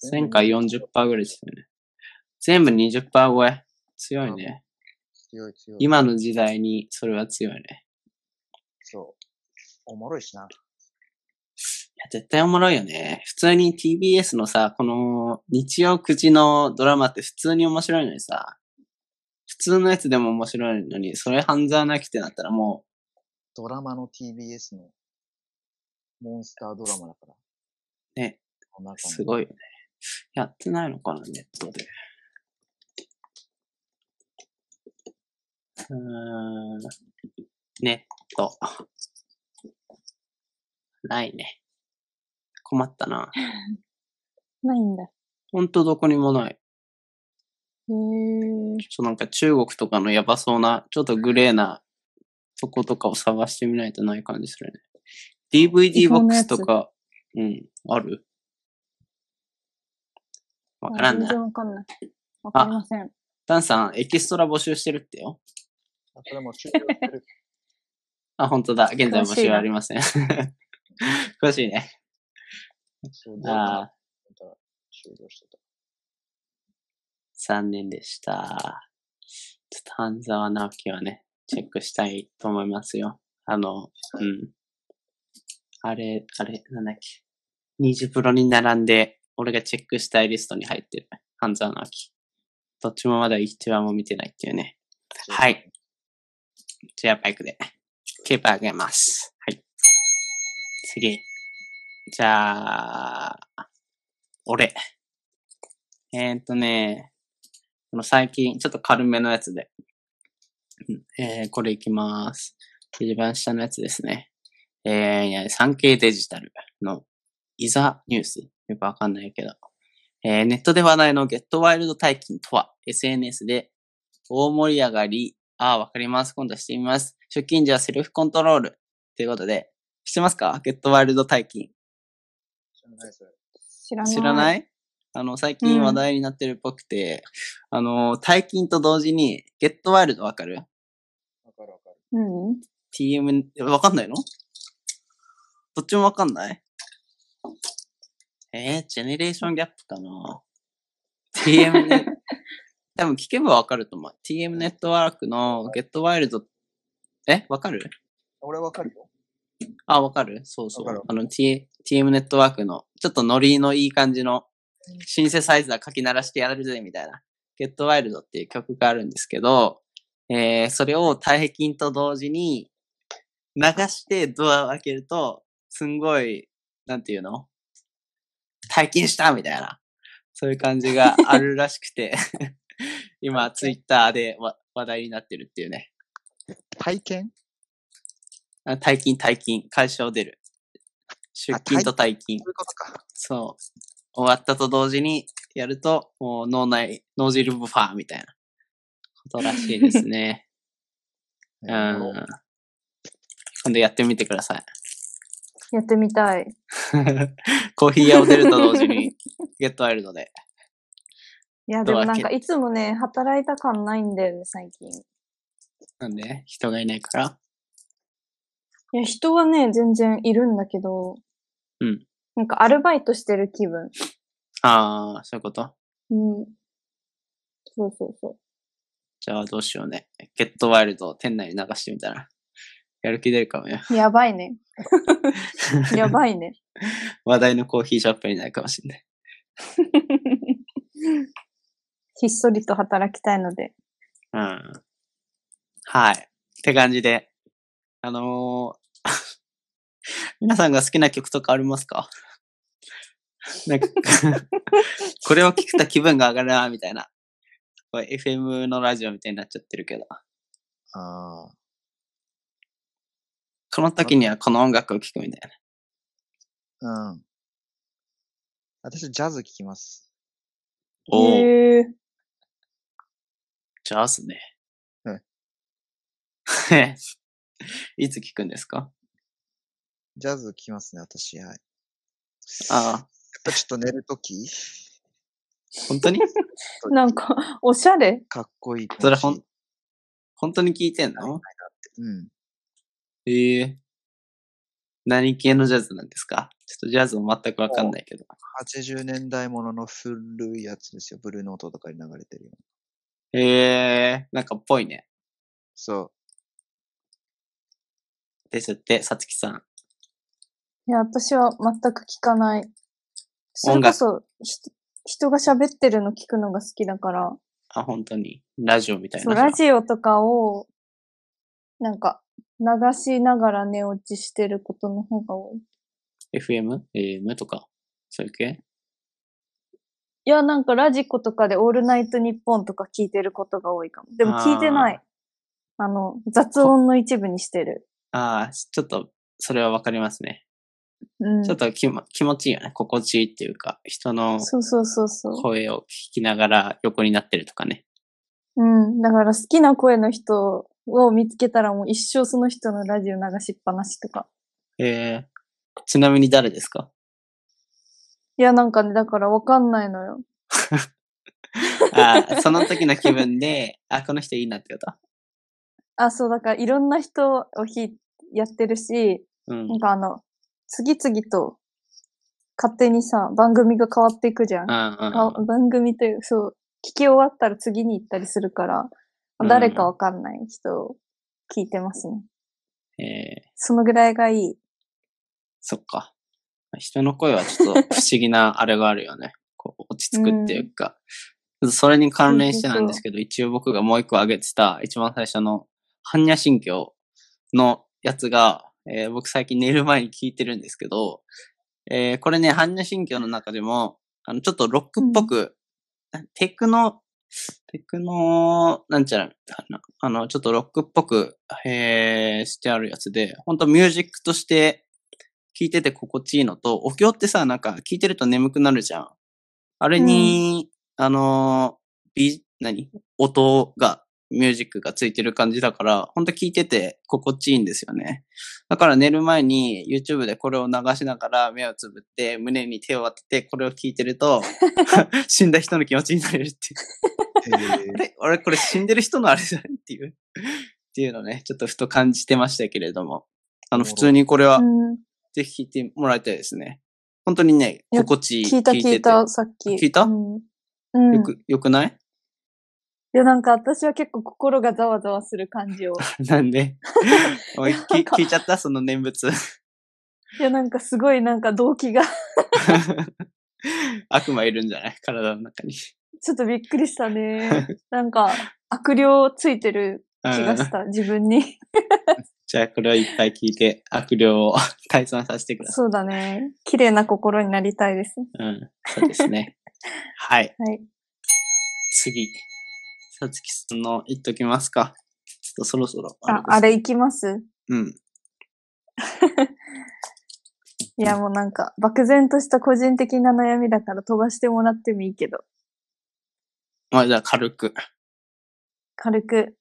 前回40%ぐらいですよね。全部20%超え。強いね。 強い。 今の時代にそれは強いね。 そう。おもろいしな。 いや、絶対おもろいよね。普通に TBS のさ、この日曜9時のドラマって普通に面白いのにさ、普通のやつでも面白いのに、それ半沢なきってなったらもう。 ドラマの TBS のモンスタードラマだから。 ね。すごいよね。やってないのかな、ネットで。ネット。ないね。困ったな。 ないんだ。 ほんとどこにもない。 なんか中国とかのやばそうな、ちょっとグレーなとことかを探してみないとない感じするね。DVD ボックスとか、ある？わからんな。 全然わかんない。わかりません。 ダンさん、エキストラ募集してるってよ。 それも終了してる。 あ、本当だ。現在募集ありません。詳しいね。 終了してた。 残念でした。ちょっと半沢直樹はね、チェックしたいと思いますよ。あれ、なんだっけ。ニジプロに並んで、俺がチェックしたいリストに入ってる。半沢直樹。どっちもまだ一話も見てないっていうね。はい。じゃあバイクで、ケープあげます。はい。次。じゃあ、俺。この最近、ちょっと軽めのやつで。これいきます。一番下のやつですね。産経デジタルのいざニュース。よくわかんないけど。ネットで話題のゲットワイルド大金とは、SNS で大盛り上がり、わかります。今度してみます。出勤時はセルフコントロール。ということで、知ってますか？ゲットワイルド大金。 知らないそれ。 知らない？最近話題になってるっぽくて、大金と同時に、ゲットワイルドわかる？ わかる。 TM、わかんないの？どっちもわかんない？ジェネレーションギャップかな。TM ね、多分聞けばわかると思う。TM ネットワークのゲットワイルド、わかる？ 俺わかるよ。 わかる？そう。TM ネットワークの、ちょっとノリのいい感じの、シンセサイザー書き鳴らしてやるぜ、みたいな。ゲットワイルドっていう曲があるんですけど、それを大金と同時に流してドアを開けると、すんごい、なんていうの？体験したみたいな。そういう感じがあるらしくて、今、ツイッターで話題になってるっていうね。 体験？ 大金、会社を出る。出勤と退勤。 そういうことか。 そう。終わったと同時にやると、もう脳汁ブファーみたいなことらしいですね。今度やってみてください。 やってみたい。 コーヒー屋を出ると同時に、ゲットワイルドで。 いや、でもなんかいつもね、働いた感ないんだよね、最近。 なんで？人がいないから？ いや、人はね、全然いるんだけど、なんかアルバイトしてる気分。 そういうこと？ そう。 じゃあどうしようね。ゲットワイルドを店内に流してみたら、やる気出るかもよ。 やばいね。やばいね。 話題のコーヒーショップになるかもしれない。 ひっそりと働きたいので。 はい。って感じで、皆さんが好きな曲とかありますか？なんかこれを聞くと気分が上がるな、みたいな。FM のラジオみたいになっちゃってるけど。この時にはこの音楽を聴くみたいな。私、ジャズ聴きます。 ジャズね。いつ聴くんですか？ ジャズ聴きますね、私。はい。 やっぱちょっと寝るとき？ 本当に？ なんか、おしゃれ？ かっこいい。 それ本当に聞いてんの？ 何系のジャズなんですか？ちょっとジャズも全くわかんないけど。 80年代ものの古いやつですよ。ブルーノートとかに流れてるよ。 なんかっぽいね。 そう。 ですって、さつきさん。 いや、私は全く聞かない。それこそ、人が喋ってるの聞くのが好きだから。 あ、本当に。ラジオみたいな。 そう、ラジオとかを、なんか、流しながら寝落ちしてることの方が多い。 FM？AM とか、そういう系？ いや、なんかラジコとかでオールナイトニッポンとか聞いてることが多いかも。でも聞いてない。雑音の一部にしてる。 ちょっと、それはわかりますね。 うん、 ちょっと気持ちいいよね。心地いいっていうか、人の声を聞きながら横になってるとかね。 うん。だから好きな声の人を見つけたらもう一生その人のラジオ流しっぱなしとか。 ちなみに誰ですか？ いや、なんかね、だからわかんないのよ。 その時の気分で、この人いいなってこと？ そう、だからいろんな人をやってるし、なんか次々と勝手にさ、番組が変わっていくじゃん。番組という、そう、聞き終わったら次に行ったりするから、誰かわかんない人を聞いてますね。そのぐらいがいい。 そっか。人の声はちょっと不思議なあれがあるよね。こう落ち着くっていうか。それに関連してなんですけど、一応僕がもう一個挙げてた一番最初の般若心経のやつが、僕最近寝る前に聞いてるんですけど、これね、般若心経の中でも、ちょっとロックっぽく、テクノ、なんちゃらみたいな、ちょっとロックっぽく、してあるやつで、ほんとミュージックとして聞いてて心地いいのと、お経ってさ、なんか聞いてると眠くなるじゃん。あれに、音が、ミュージックがついてる感じだから、ほんと聞いてて心地いいんですよね。だから寝る前に YouTube でこれを流しながら目をつぶって胸に手を当ててこれを聞いてると死んだ人の気持ちになれるっていう。俺これ死んでる人のあれじゃないっていうのね、ちょっとふと感じてましたけれども。普通にこれは、ぜひ聞いてもらいたいですね。本当にね、心地いい。 聞いた、さっき。 聞いた？よくない？ いや、なんか私は結構心がざわざわする感じを。 なんで聞いちゃったその念仏。いや、なんかすごいなんか動機が悪魔いるんじゃない？体の中に。 ちょっとびっくりしたね。なんか悪霊ついてる気がした、自分に。 じゃあこれをいっぱい聞いて悪霊を退散させてください。 そうだね。綺麗な心になりたいです。 そうですね。はい。 はい。 次。さつきさんの言っときますか。ちょっとそろそろあれ行きます？いや、もうなんか、漠然とした個人的な悩みだから飛ばしてもらってもいいけど。 じゃあ軽く。 軽く。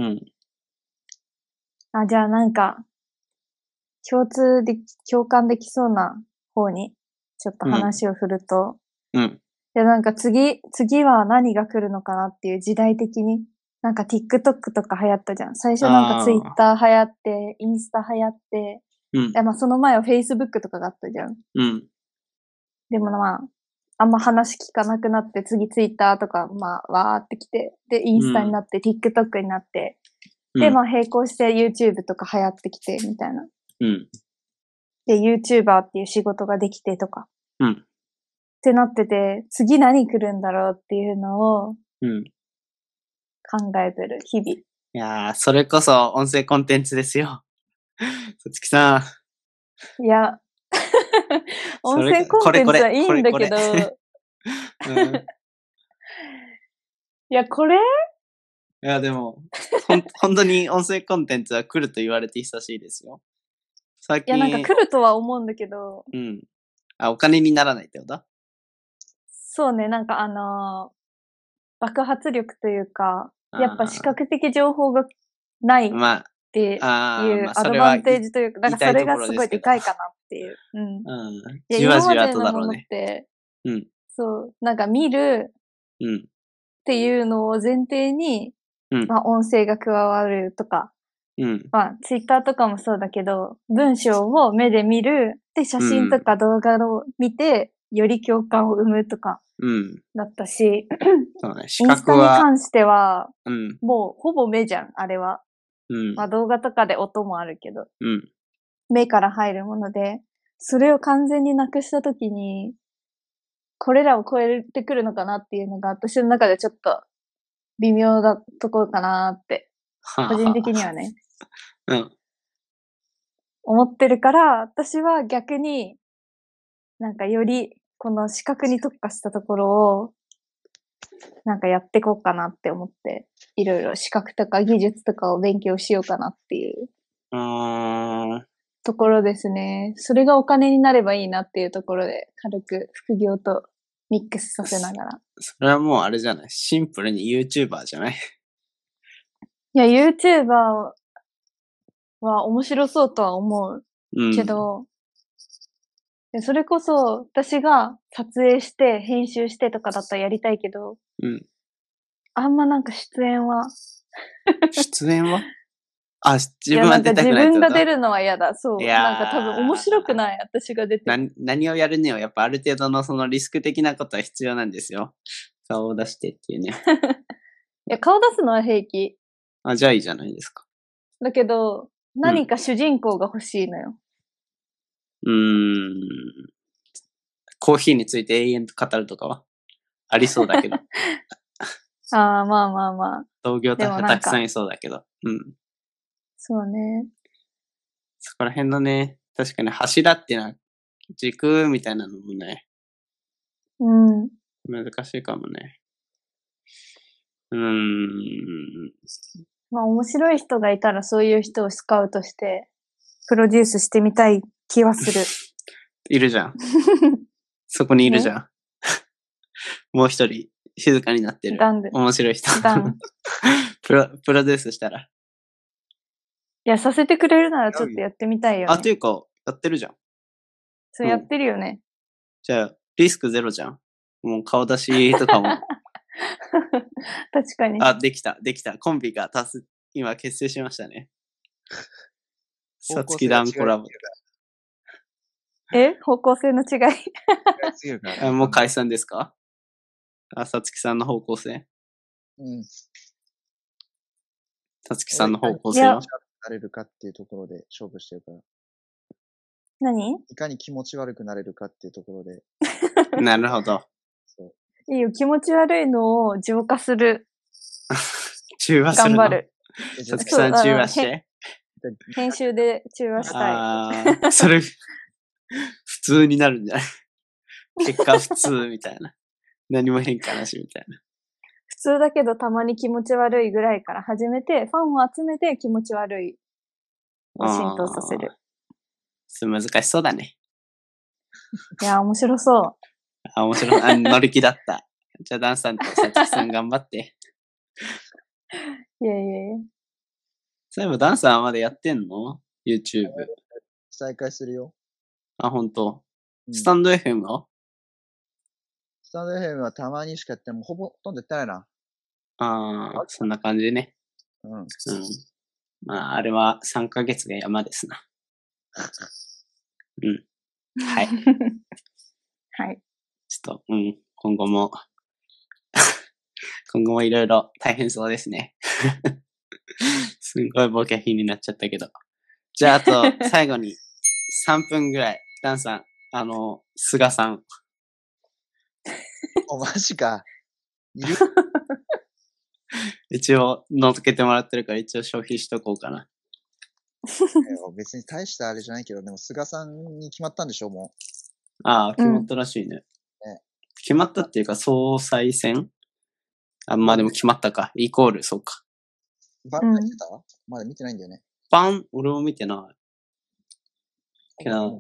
じゃあなんか、共感できそうな方に、ちょっと話を振ると。で、なんか次は何が来るのかなっていう時代的に。なんか TikTok とか流行ったじゃん。最初なんか Twitter 流行って、インスタ流行って、その前は Facebook とかがあったじゃん。でもあんま話聞かなくなって、次 Twitter とか、わーってきて、で、インスタになって、TikTok になって、で、並行して YouTube とか流行ってきて、みたいな。で、YouTuber っていう仕事ができてとか。ってなってて、次何来るんだろうっていうのを、考えてる、日々。いやー、それこそ音声コンテンツですよ。さつきさん。いや、音声コンテンツはいいんだけど、いや、これ？ いや、でも、本当に音声コンテンツは来ると言われて久しいですよ。 最近。いや、なんか来るとは思うんだけど。 お金にならないってこと？ そうね、なんか爆発力というか、やっぱ視覚的情報がないっていうアドバンテージというか、だからそれがすごいでかいかなっていう。 じわじわとだろうね。 そう、なんか見るっていうのを前提に、音声が加わるとか、 うん。 まあ、ツイッターとかもそうだけど、文章を目で見る、で、写真とか動画を見て、より共感を生むとか、だったし、 そうね、 インスタに関しては、もうほぼ目じゃん、あれは。まあ動画とかで音もあるけど、目から入るもので、それを完全になくしたときに、これらを超えてくるのかなっていうのが、私の中でちょっと微妙だところかなって、個人的にはね。思ってるから、私は逆に、なんかより、この視覚に特化したところを、なんかやっていこうかなって思って、いろいろ視覚とか技術とかを勉強しようかなっていうところですね。それがお金になればいいなっていうところで、軽く副業とミックスさせながら。 それはもうあれじゃない？シンプルに YouTuber じゃない？ いや、YouTuber は面白そうとは思うけど、それこそ私が撮影して編集してとかだったらやりたいけど、あんまなんか出演は出演は自分は出たくないってこと？ 自分が出るのは嫌だ。そう。なんか多分面白くない。私が出て。 何をやるにはやっぱある程度のそのリスク的なことは必要なんですよ。顔を出してっていうね。 いや、顔出すのは平気。 じゃあいいじゃないですか。 だけど、何か主人公が欲しいのよ。 コーヒーについて永遠と語るとかはありそうだけど。 まあまあまあ。 同業他社たくさんいそうだけど。 そうね。 そこら辺のね、確かに柱っていうのは軸みたいなのもね。難しいかもね。 まあ面白い人がいたらそういう人をスカウトして、プロデュースしてみたい気はする。 いるじゃん。そこにいるじゃん。もう一人、静かになってる。面白い人。プロデュースしたら。いや、させてくれるならちょっとやってみたいよね。 っていうか、やってるじゃん。 そうやってるよね。 じゃあ、リスクゼロじゃん。もう顔出しとかも。 確かに。 できた。コンビが今結成しましたね。さつき団コラボ。 方向性の違いもう解散ですか？さつきさんの方向性？さつきさんの方向性は？ なれるかっていうところで勝負してるから。 何？ いかに気持ち悪くなれるかっていうところで。 なるほど。 いいよ、気持ち悪いのを浄化する。 中和するの？ 頑張る。 さつきさん中和して。 編集で中和したい。それ、普通になるんじゃない？結果普通みたいな。何も変化なしみたいな。 普通だけどたまに気持ち悪いぐらいから始めて、ファンを集めて気持ち悪いを浸透させる。 難しそうだね。 いや、面白そう。 面白い。乗り気だった。じゃあダンさんとさつきさん頑張って。 いや。 そういえばダンさんはまだやってんの？ YouTube。 再開するよ。 本当。スタンド FM は？ スタンド FM はたまにしかやってもほとんどやってないな。 そんな感じね。まあ、あれは3ヶ月が山ですな。はい。 はい。 ちょっと、今後もいろいろ大変そうですね。すんごいボケ品になっちゃったけど。じゃあ、あと、最後に3分ぐらい、ダンさん、菅さん。 マジか。 一応、乗っけてもらってるから一応消費しとこうかな。 別に大したあれじゃないけど、でも菅さんに決まったんでしょ、もう。決まったらしいね。決まったっていうか、総裁選？まあでも決まったか。イコール、そうか。 バン見てた？まだ見てないんだよね。 俺も見てない。けど、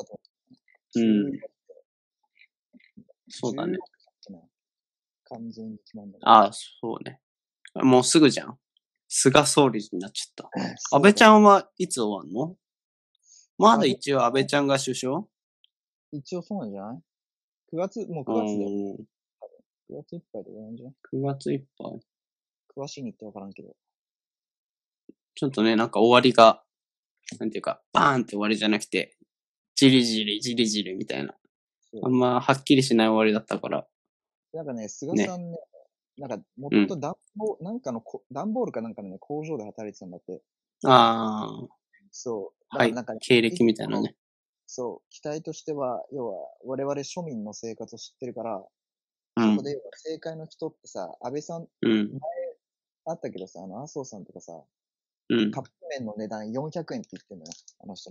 そうだね。 完全に決まんだ。 そうね。もうすぐじゃん。菅総理になっちゃった。安倍ちゃんはいつ終わんの？まだ一応安倍ちゃんが首相？ 一応そうなんじゃない？ 9 月、もう9月で。9月いっぱいで終わるんじゃない？ 9月いっぱい。 詳しいにってわからんけど。 ちょっとね、なんか終わりが、なんていうか、バーンって終わりじゃなくて、じりじりじりじりみたいな。あんまはっきりしない終わりだったから。 なんかね、菅さんね、なんか、もともとなんかの段ボールかなんかのね、工場で働いてたんだって。 ああ。 そう。 はい。なんか経歴みたいなね。 そう。期待としては、要は、我々庶民の生活を知ってるから、そこで政界の人ってさ、安倍さん、前あったけどさ、麻生さんとかさ、カップ麺の値段400円って言ってんだよ。あの人、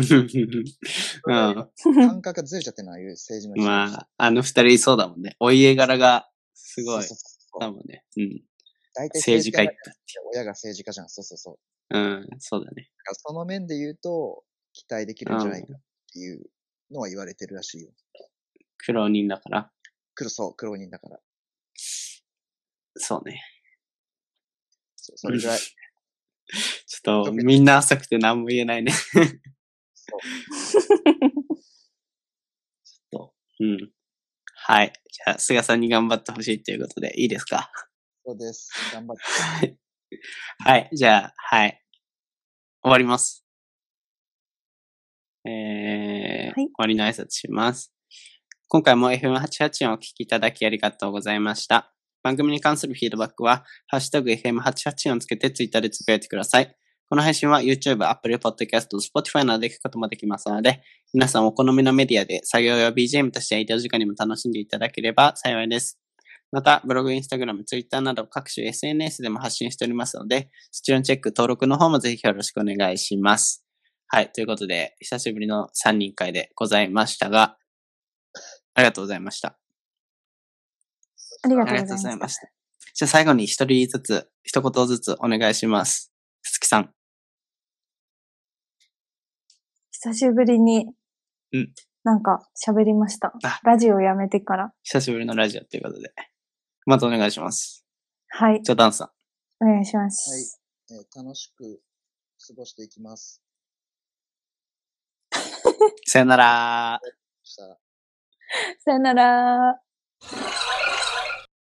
感覚がずれちゃってるの、ああいう政治の人。 まあ、二人いそうだもんね。お家柄が、すごい。だもんね。 大体政治家一家って。 親が政治家じゃん。そうそうそう。 そうだね。 その面で言うと、期待できるんじゃないかっていうのは言われてるらしいよ。 苦労人だから。 そう、苦労人だから。 そうね。 それぐらい。 ちょっと、みんな浅くて何も言えないね。そう。ちょっと、はい。じゃあ、菅さんに頑張ってほしいということで、いいですか？ そうです。頑張って。 はい。じゃあ、はい。終わります。終わりの挨拶します。今回も FM884 をお聞きいただきありがとうございました。番組に関するフィードバックは、ハッシュタグ FM884 をつけてツイッターでつぶやいてください。この配信は YouTube、Apple Podcast、Spotify などで聞くこともできますので、皆さんお好みのメディアで作業や BGM として移動時間にも楽しんでいただければ幸いです。また、ブログ、Instagram、Twitter など各種 SNS でも発信しておりますので、そちらのチェック、登録の方もぜひよろしくお願いします。はい。ということで、久しぶりの3人会でございましたが、ありがとうございました。 ありがとうございました。 じゃあ最後に一言ずつお願いします。すつきさん。 久しぶりに、なんか喋りました。ラジオやめてから。 久しぶりのラジオということで。またお願いします。 はい。 じゃあダンさん。お願いします。 はい。楽しく過ごしていきます。 さよなら。 さよなら。